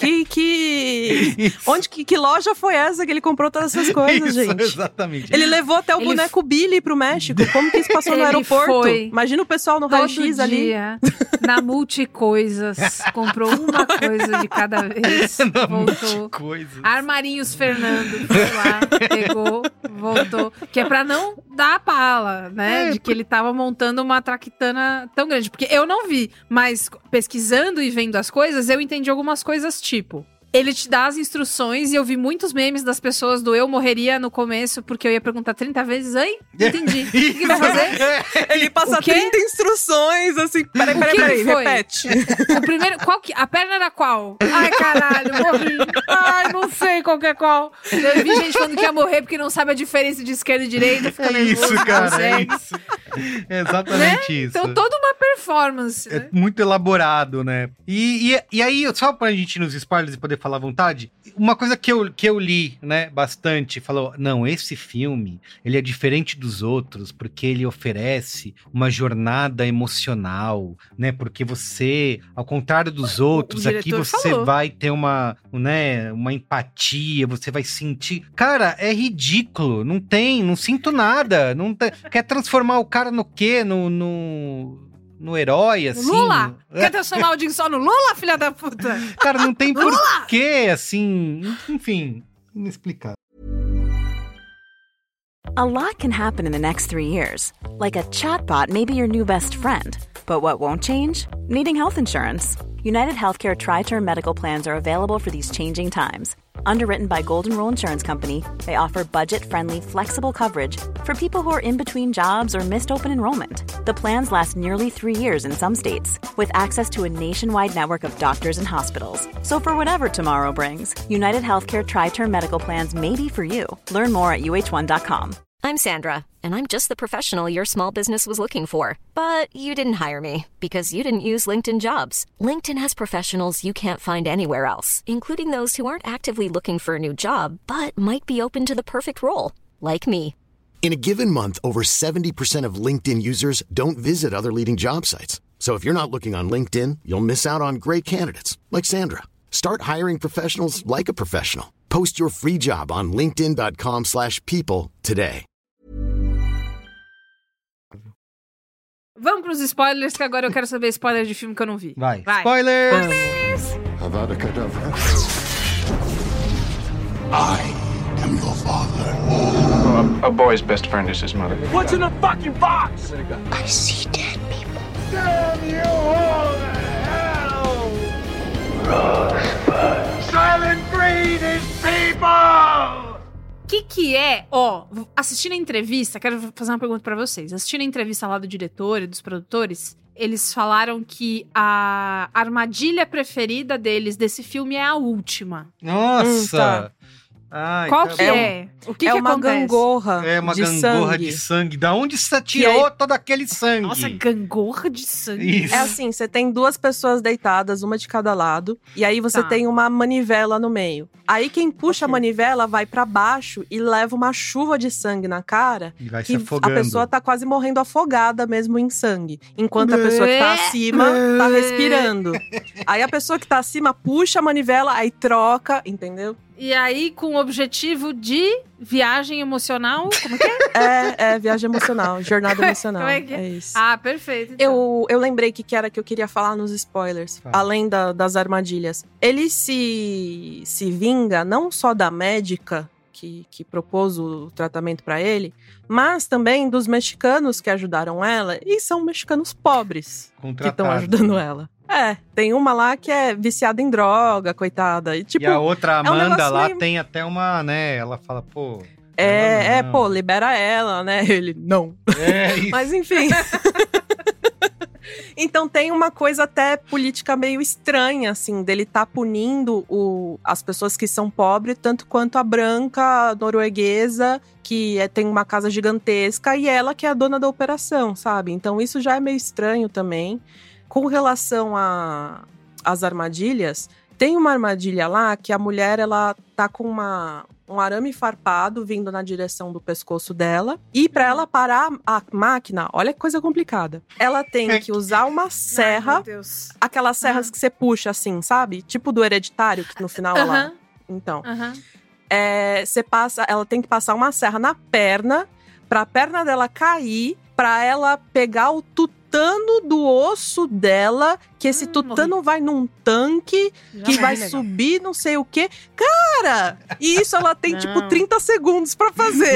Onde que loja foi essa que ele comprou todas essas coisas, Isso, gente? Exatamente. Ele levou até o boneco Billy pro México. Como que isso passou no aeroporto? Imagina o pessoal no raio-x ali. Na Multicoisas. Comprou uma coisa de cada vez. Voltou. Armarinhos Fernando foi lá, pegou, voltou. Que é pra não dar a pala, né? De que ele tava montando uma traquitana tão grande. Porque eu não vi, mas pesquisando e vendo as coisas, eu entendi algumas coisas tipo... Ele te dá as instruções e eu vi muitos memes das pessoas do eu morreria no começo porque eu ia perguntar 30 vezes. Ai, entendi. O que vai fazer? Ele passa 30 instruções, assim. Peraí, repete. O primeiro, a perna era qual? Ai, caralho, morri. Ai, não sei qual que é qual. Eu vi gente falando que ia morrer porque não sabe a diferença de esquerda e direita. Fica nervoso, isso, cara, é isso. É exatamente isso. Então, toda uma performance. É muito elaborado, né? E aí, só pra gente ir nos spoilers e poder falar à vontade, uma coisa que eu li, né, bastante, falou, não, esse filme, ele é diferente dos outros, porque ele oferece uma jornada emocional, né, porque você, ao contrário dos outros, aqui você vai ter uma empatia, você vai sentir, cara, é ridículo, não sinto nada, quer transformar o cara no quê? No herói, assim. Lula! Quer transformar o Jigsaw no Lula, filha da puta? Cara, não tem porquê, assim... Enfim, inexplicável. A lot can happen in the next 3 years. Like a chatbot may be your new best friend. But what won't change? Needing health insurance. United Healthcare Tri-Term Medical Plans are available for these changing times. Underwritten by Golden Rule Insurance Company, they offer budget-friendly, flexible coverage for people who are in between jobs or missed open enrollment. The plans last nearly 3 years in some states, with access to a nationwide network of doctors and hospitals. So for whatever tomorrow brings, United Healthcare Tri-Term Medical Plans may be for you. Learn more at uh1.com. I'm Sandra, and I'm just the professional your small business was looking for. But you didn't hire me because you didn't use LinkedIn Jobs. LinkedIn has professionals you can't find anywhere else, including those who aren't actively looking for a new job, but might be open to the perfect role, like me. In a given month, over 70% of LinkedIn users don't visit other leading job sites. So if you're not looking on LinkedIn, you'll miss out on great candidates like Sandra. Start hiring professionals like a professional. Post your free job on linkedin.com/people today. Vamos pros spoilers, que agora eu quero saber spoiler de filme que eu não vi. Vai. Spoilers! Avada Kedavra. I am your father. A boy's best friend is his mother. What's in the fucking box? I see dead people. Damn you all to hell! Rosebud. Silent Breed is people! Que é, assistindo a entrevista, quero fazer uma pergunta pra vocês. Assistindo a entrevista lá do diretor e dos produtores, eles falaram que a armadilha preferida deles desse filme é a última. Nossa! Tá. Ai, qual que é? O que uma acontece? Gangorra. É uma de gangorra sangue. de sangue. Da onde você tirou todo aquele sangue? Nossa, gangorra de sangue. Isso. É assim, você tem 2 pessoas deitadas, uma de cada lado, e aí você tem uma manivela no meio. Aí quem puxa a manivela vai pra baixo e leva uma chuva de sangue na cara, e vai que se afogando. A pessoa tá quase morrendo afogada mesmo em sangue, enquanto a pessoa que tá acima tá respirando. Aí a pessoa que tá acima puxa a manivela, aí troca, entendeu? E aí, com o objetivo de viagem emocional, como que é? É, viagem emocional, jornada emocional. Como é que é? É isso. Ah, perfeito. Então. Eu lembrei que era que eu queria falar nos spoilers, além das armadilhas. Ele se vinga não só da médica que propôs o tratamento pra ele, mas também dos mexicanos que ajudaram ela, e são mexicanos pobres que estão ajudando ela. Tem uma lá que é viciada em droga, coitada. E, tipo, e a outra, Amanda, lá meio... tem até uma, né? Ela fala, pô... libera ela, né? Ele, não. É isso. Mas, enfim... Então tem uma coisa até política meio estranha, assim, dele tá punindo as pessoas que são pobres, tanto quanto a branca norueguesa, que tem uma casa gigantesca, e ela que é a dona da operação, sabe? Então isso já é meio estranho também. Com relação às armadilhas, tem uma armadilha lá que a mulher, ela tá com um arame farpado vindo na direção do pescoço dela. E pra ela parar a máquina, olha que coisa complicada. Ela tem que usar uma serra, meu Deus. aquelas serras que você puxa assim, sabe? Tipo do Hereditário, que no final ela... Então, ela tem que passar uma serra na perna, pra perna dela cair, pra ela pegar o tutano do osso dela, que esse tutano vai num tanque, que vai subir não sei o quê. Cara! E isso ela tem, tipo, 30 segundos pra fazer.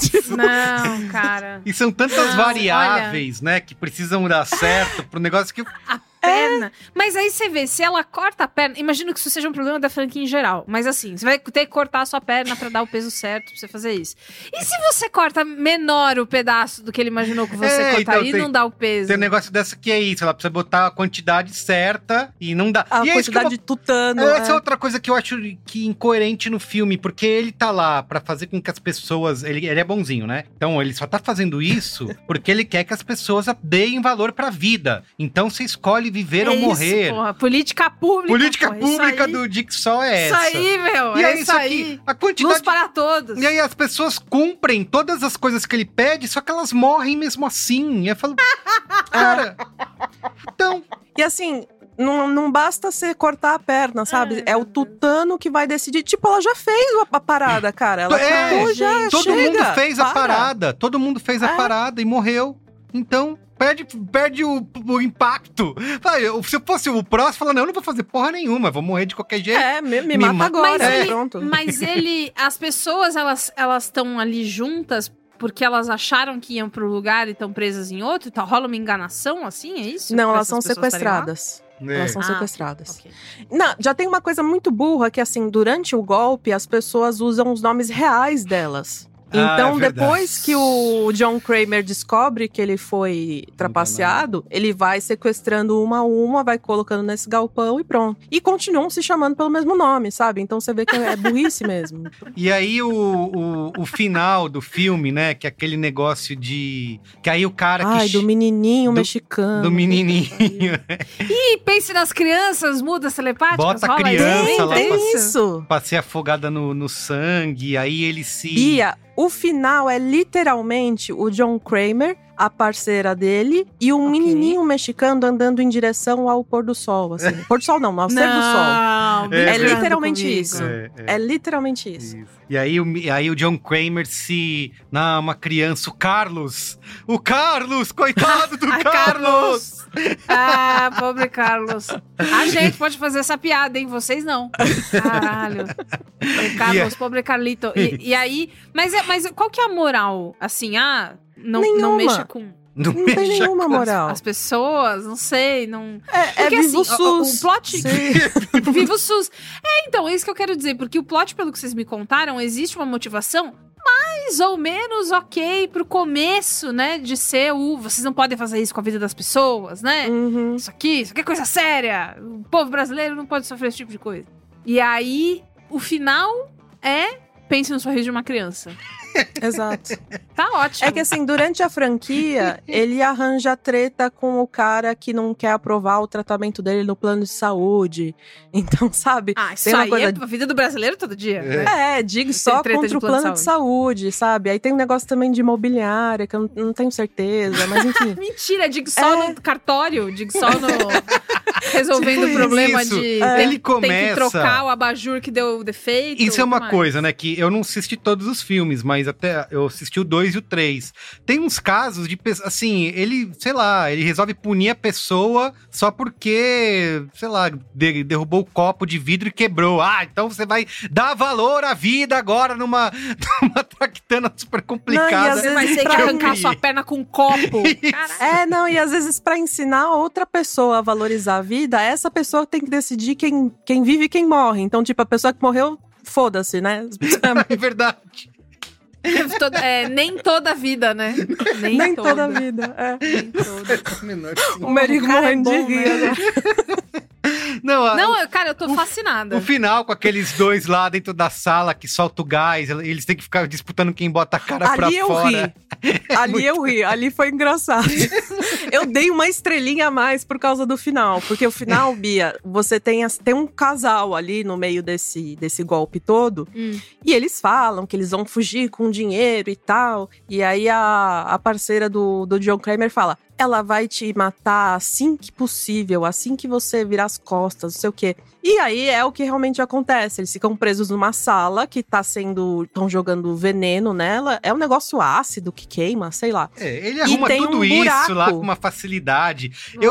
Não, cara. E são tantas variáveis, né, que precisam dar certo pro negócio que... A perna. Mas aí você vê, se ela corta a perna... Imagino que isso seja um problema da franquia em geral. Mas assim, você vai ter que cortar a sua perna pra dar o peso certo pra você fazer isso. E se você corta menor o pedaço do que ele imaginou que você cortaria e não dá o peso? Tem um negócio dessa que é isso. Ela precisa botar a quantidade certa e não dá. A e quantidade de tutano. Essa é outra coisa que eu acho que incoerente no filme. Porque ele tá lá pra fazer com que as pessoas... Ele é bonzinho, né? Então ele só tá fazendo isso porque ele quer que as pessoas deem valor pra vida. Então você escolhe viver ou morrer. Porra. Política pública. Política pública do Jigsaw é essa. Isso aí, meu. E é isso aí. A quantidade... Luz para todos. E aí as pessoas cumprem todas as coisas que ele pede, só que elas morrem mesmo assim. E eu falo, cara... Então... E assim... Não basta você cortar a perna, sabe? É o tutano que vai decidir. Tipo, ela já fez a parada, cara. Ela já todo chega. Mundo fez a parada. Todo mundo fez a parada e morreu. Então... Perde o impacto. Se eu fosse o próximo, falando, eu não vou fazer porra nenhuma, vou morrer de qualquer jeito. Me mata agora, pronto. Mas as pessoas, elas estão ali juntas porque elas acharam que iam pro lugar e estão presas em outro? Então rola uma enganação, assim, é isso? Não, elas são sequestradas. Elas são sequestradas. Okay. Não, já tem uma coisa muito burra, que assim, durante o golpe, as pessoas usam os nomes reais delas. Então, depois que o John Kramer descobre que ele foi trapaceado, ele vai sequestrando uma a uma, vai colocando nesse galpão e pronto. E continuam se chamando pelo mesmo nome, sabe? Então você vê que é burrice mesmo. E aí o final do filme, né? Que é aquele negócio de... Que aí o cara do menininho mexicano. Do menininho. Ih, pense nas crianças mudas telepáticas. Bota a criança lá isso. Pra ser afogada no sangue, aí ele se... Bia, o final é literalmente o John Kramer, a parceira dele, e um menininho mexicano andando em direção ao pôr do sol, assim. Pôr do sol não, ao ser do sol. É literalmente isso. É literalmente isso. E aí o John Kramer uma criança, o Carlos, coitado do Carlos! Pobre Carlos. A gente pode fazer essa piada, hein? Vocês não. Caralho. O Carlos, pobre Carlito. E aí... Mas qual que é a moral? Assim, não mexa com... Não tem nenhuma moral. As pessoas, não sei, não... Porque vivo assim, SUS. O plot... Vivo o SUS. É isso que eu quero dizer, porque o plot, pelo que vocês me contaram, existe uma motivação mais ou menos ok pro começo, né, de ser vocês não podem fazer isso com a vida das pessoas, né? Uhum. Isso aqui é coisa séria. O povo brasileiro não pode sofrer esse tipo de coisa. E aí, o final pense no sorriso de uma criança. Exato. Tá ótimo. É que assim, durante a franquia, ele arranja treta com o cara que não quer aprovar o tratamento dele no plano de saúde. Então, sabe? Isso tem uma aí coisa... é a vida do brasileiro todo dia. Né? Digo só contra o plano de saúde, sabe? Aí tem um negócio também de imobiliária, que eu não tenho certeza, mas enfim. Mentira, digo só no cartório, digo só no... Resolvendo o problema de ele começa... tem que trocar o abajur que deu defeito. Isso é uma coisa, né? Que eu não assisti todos os filmes, mas até eu assisti o 2 e o 3. Tem uns casos de, assim, ele resolve punir a pessoa só porque, derrubou o copo de vidro e quebrou. Então você vai dar valor à vida agora numa tractana super complicada. Você vai ter que arrancar sua perna com um copo. E às vezes pra ensinar outra pessoa a valorizar a vida, essa pessoa tem que decidir quem vive e quem morre. Então, tipo, a pessoa que morreu, foda-se, né? É verdade. Nem toda a vida, né? Nem toda a vida. Nem toda. O Merigo morrendo de rir. Não, cara, eu tô fascinada. O final, com aqueles dois lá dentro da sala que solta o gás, eles têm que ficar disputando quem bota a cara pra fora. Ali eu ri, ali foi engraçado. Eu dei uma estrelinha a mais por causa do final. Porque o final, Bia, você tem um casal ali no meio desse golpe todo. E eles falam que eles vão fugir com dinheiro e tal. E aí a parceira do John Kramer fala: ela vai te matar assim que possível, assim que você virar as costas, não sei o quê. E aí é o que realmente acontece. Eles ficam presos numa sala que estão jogando veneno nela. É um negócio ácido que queima, sei lá. Ele arruma tudo isso lá com uma facilidade.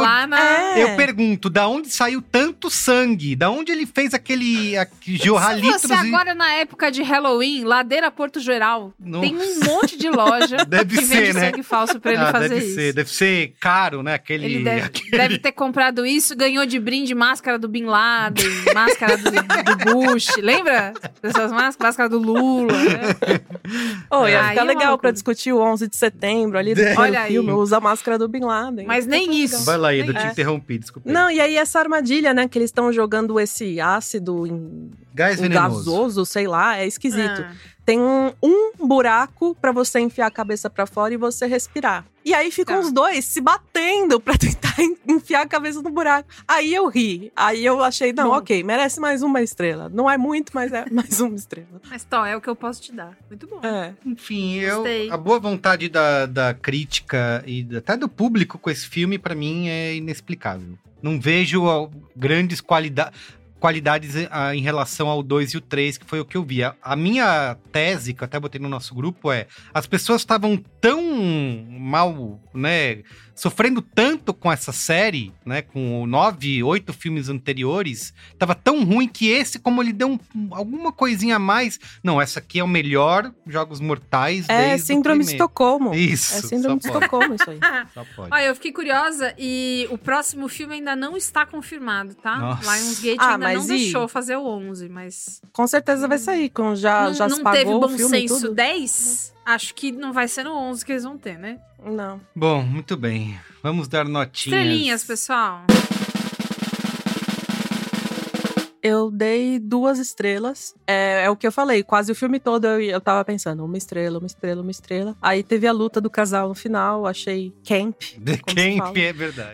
Eu pergunto, da onde saiu tanto sangue? Da onde ele fez aquele jorrar litros? Se você agora na época de Halloween, Ladeira Porto Geral, tem um monte de loja que vende sangue falso pra ele fazer isso. Deve ser caro, né? Ele deve ter comprado isso, ganhou de brinde máscara do Bin Laden, máscara do Bush, lembra? Dessas máscara do Lula, né? Ia ficar legal pra discutir o 11 de setembro ali do filme, usa a máscara do Bin Laden. Mas nem isso. Vai lá, Ida, eu te interrompi, desculpa. Não, e aí essa armadilha, né, que eles estão jogando esse ácido gás venenoso, gasoso, sei lá, é esquisito. Tem um buraco pra você enfiar a cabeça pra fora e você respirar. E aí ficam os dois se batendo pra tentar enfiar a cabeça no buraco. Aí eu ri. Aí eu achei, ok, merece mais uma estrela. Não é muito, mas é mais uma estrela. Mas é o que eu posso te dar. Muito bom. Enfim, a boa vontade da crítica e até do público com esse filme, pra mim, é inexplicável. Não vejo grandes qualidades em relação ao 2 e o 3, que foi o que eu vi. A minha tese, que eu até botei no nosso grupo, as pessoas estavam tão mal, né, sofrendo tanto com essa série, né, com 9, 8 filmes anteriores, tava tão ruim que esse, como ele deu alguma coisinha a mais, não, essa aqui é o melhor Jogos Mortais desde Síndrome de Estocolmo. Isso. É Síndrome de Estocolmo, isso aí. Só pode. Olha, eu fiquei curiosa e o próximo filme ainda não está confirmado, tá? Nossa. Lionsgate ainda não deixou fazer o 11, mas... Com certeza vai sair, já se pagou o filme. Não teve Bom Senso 10? Acho que não vai ser no 11 que eles vão ter, né? Não. Bom, muito bem. Vamos dar notinhas. Estrelinhas, pessoal. Eu dei 2 estrelas. É o que eu falei, quase o filme todo eu tava pensando, uma estrela. Aí teve a luta do casal no final, achei camp. Camp, é verdade.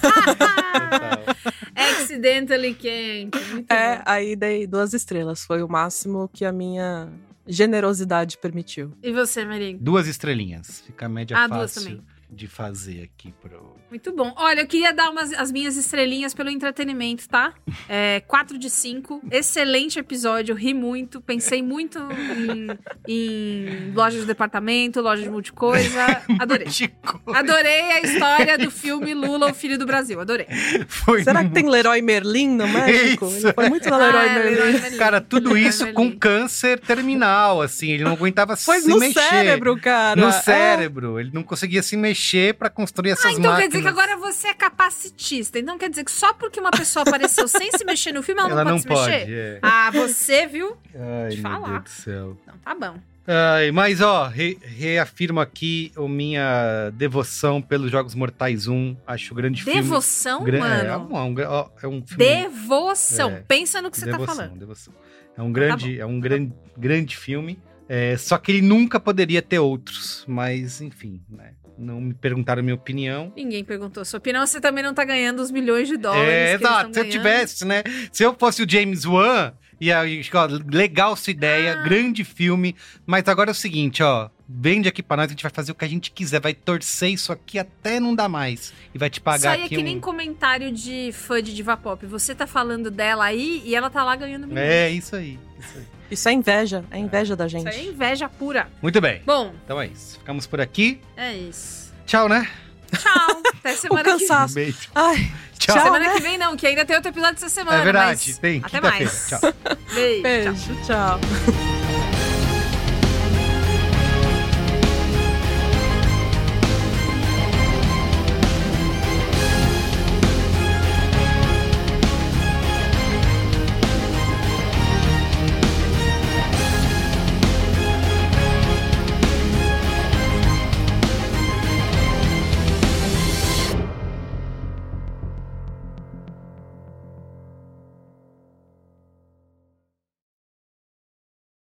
Accidentally camp. Muito bom. Aí dei 2 estrelas. Foi o máximo que a minha generosidade permitiu. E você, Marinho? 2 estrelinhas. Fica a média fácil de fazer aqui pro... Muito bom. Olha, eu queria dar as minhas estrelinhas pelo entretenimento, tá? 4 de 5. Excelente episódio, ri muito. Pensei muito em loja de departamento, loja de multicoisa. Adorei. Adorei a história do filme Lula, o Filho do Brasil. Adorei. Será que tem Leroy Merlin no México? Ele foi muito no Leroy Merlin. Cara, tudo isso com câncer terminal, assim. Ele não aguentava se mexer. Foi no cérebro, cara. No cérebro. Ele não conseguia se mexer pra construir essas então máquinas. Quer dizer que agora você é capacitista. Então quer dizer que só porque uma pessoa apareceu sem se mexer no filme, ela não pode se mexer? Você, viu? Ai, meu Deus do céu. Não, tá bom. Mas, reafirmo aqui a minha devoção pelos Jogos Mortais 1. Acho o grande filme. Devoção, mano? É um filme... Devoção. Pensa no que você tá falando. Devoção. É um grande filme. Só que ele nunca poderia ter outros. Mas, enfim, né? Não me perguntaram a minha opinião. Ninguém perguntou sua opinião. Você também não tá ganhando os milhões de dólares. Exato. Se eu tivesse, né? Se eu fosse o James Wan, legal sua ideia, grande filme. Mas agora é o seguinte, vende aqui pra nós, a gente vai fazer o que a gente quiser. Vai torcer isso aqui até não dar mais. E vai te pagar aqui Isso aí é que nem comentário de fã de diva pop. Você tá falando dela aí e ela tá lá ganhando milhões. Isso aí. Isso é inveja. É inveja da gente. Isso aí é inveja pura. Muito bem. Bom. Então é isso. Ficamos por aqui. É isso. Tchau, né? Tchau. Até semana que vem. Beijo. Ai, tchau. Semana que vem não, que ainda tem outro episódio essa semana. É verdade. Mas tem. até mais. Tchau. Beijo. Tchau.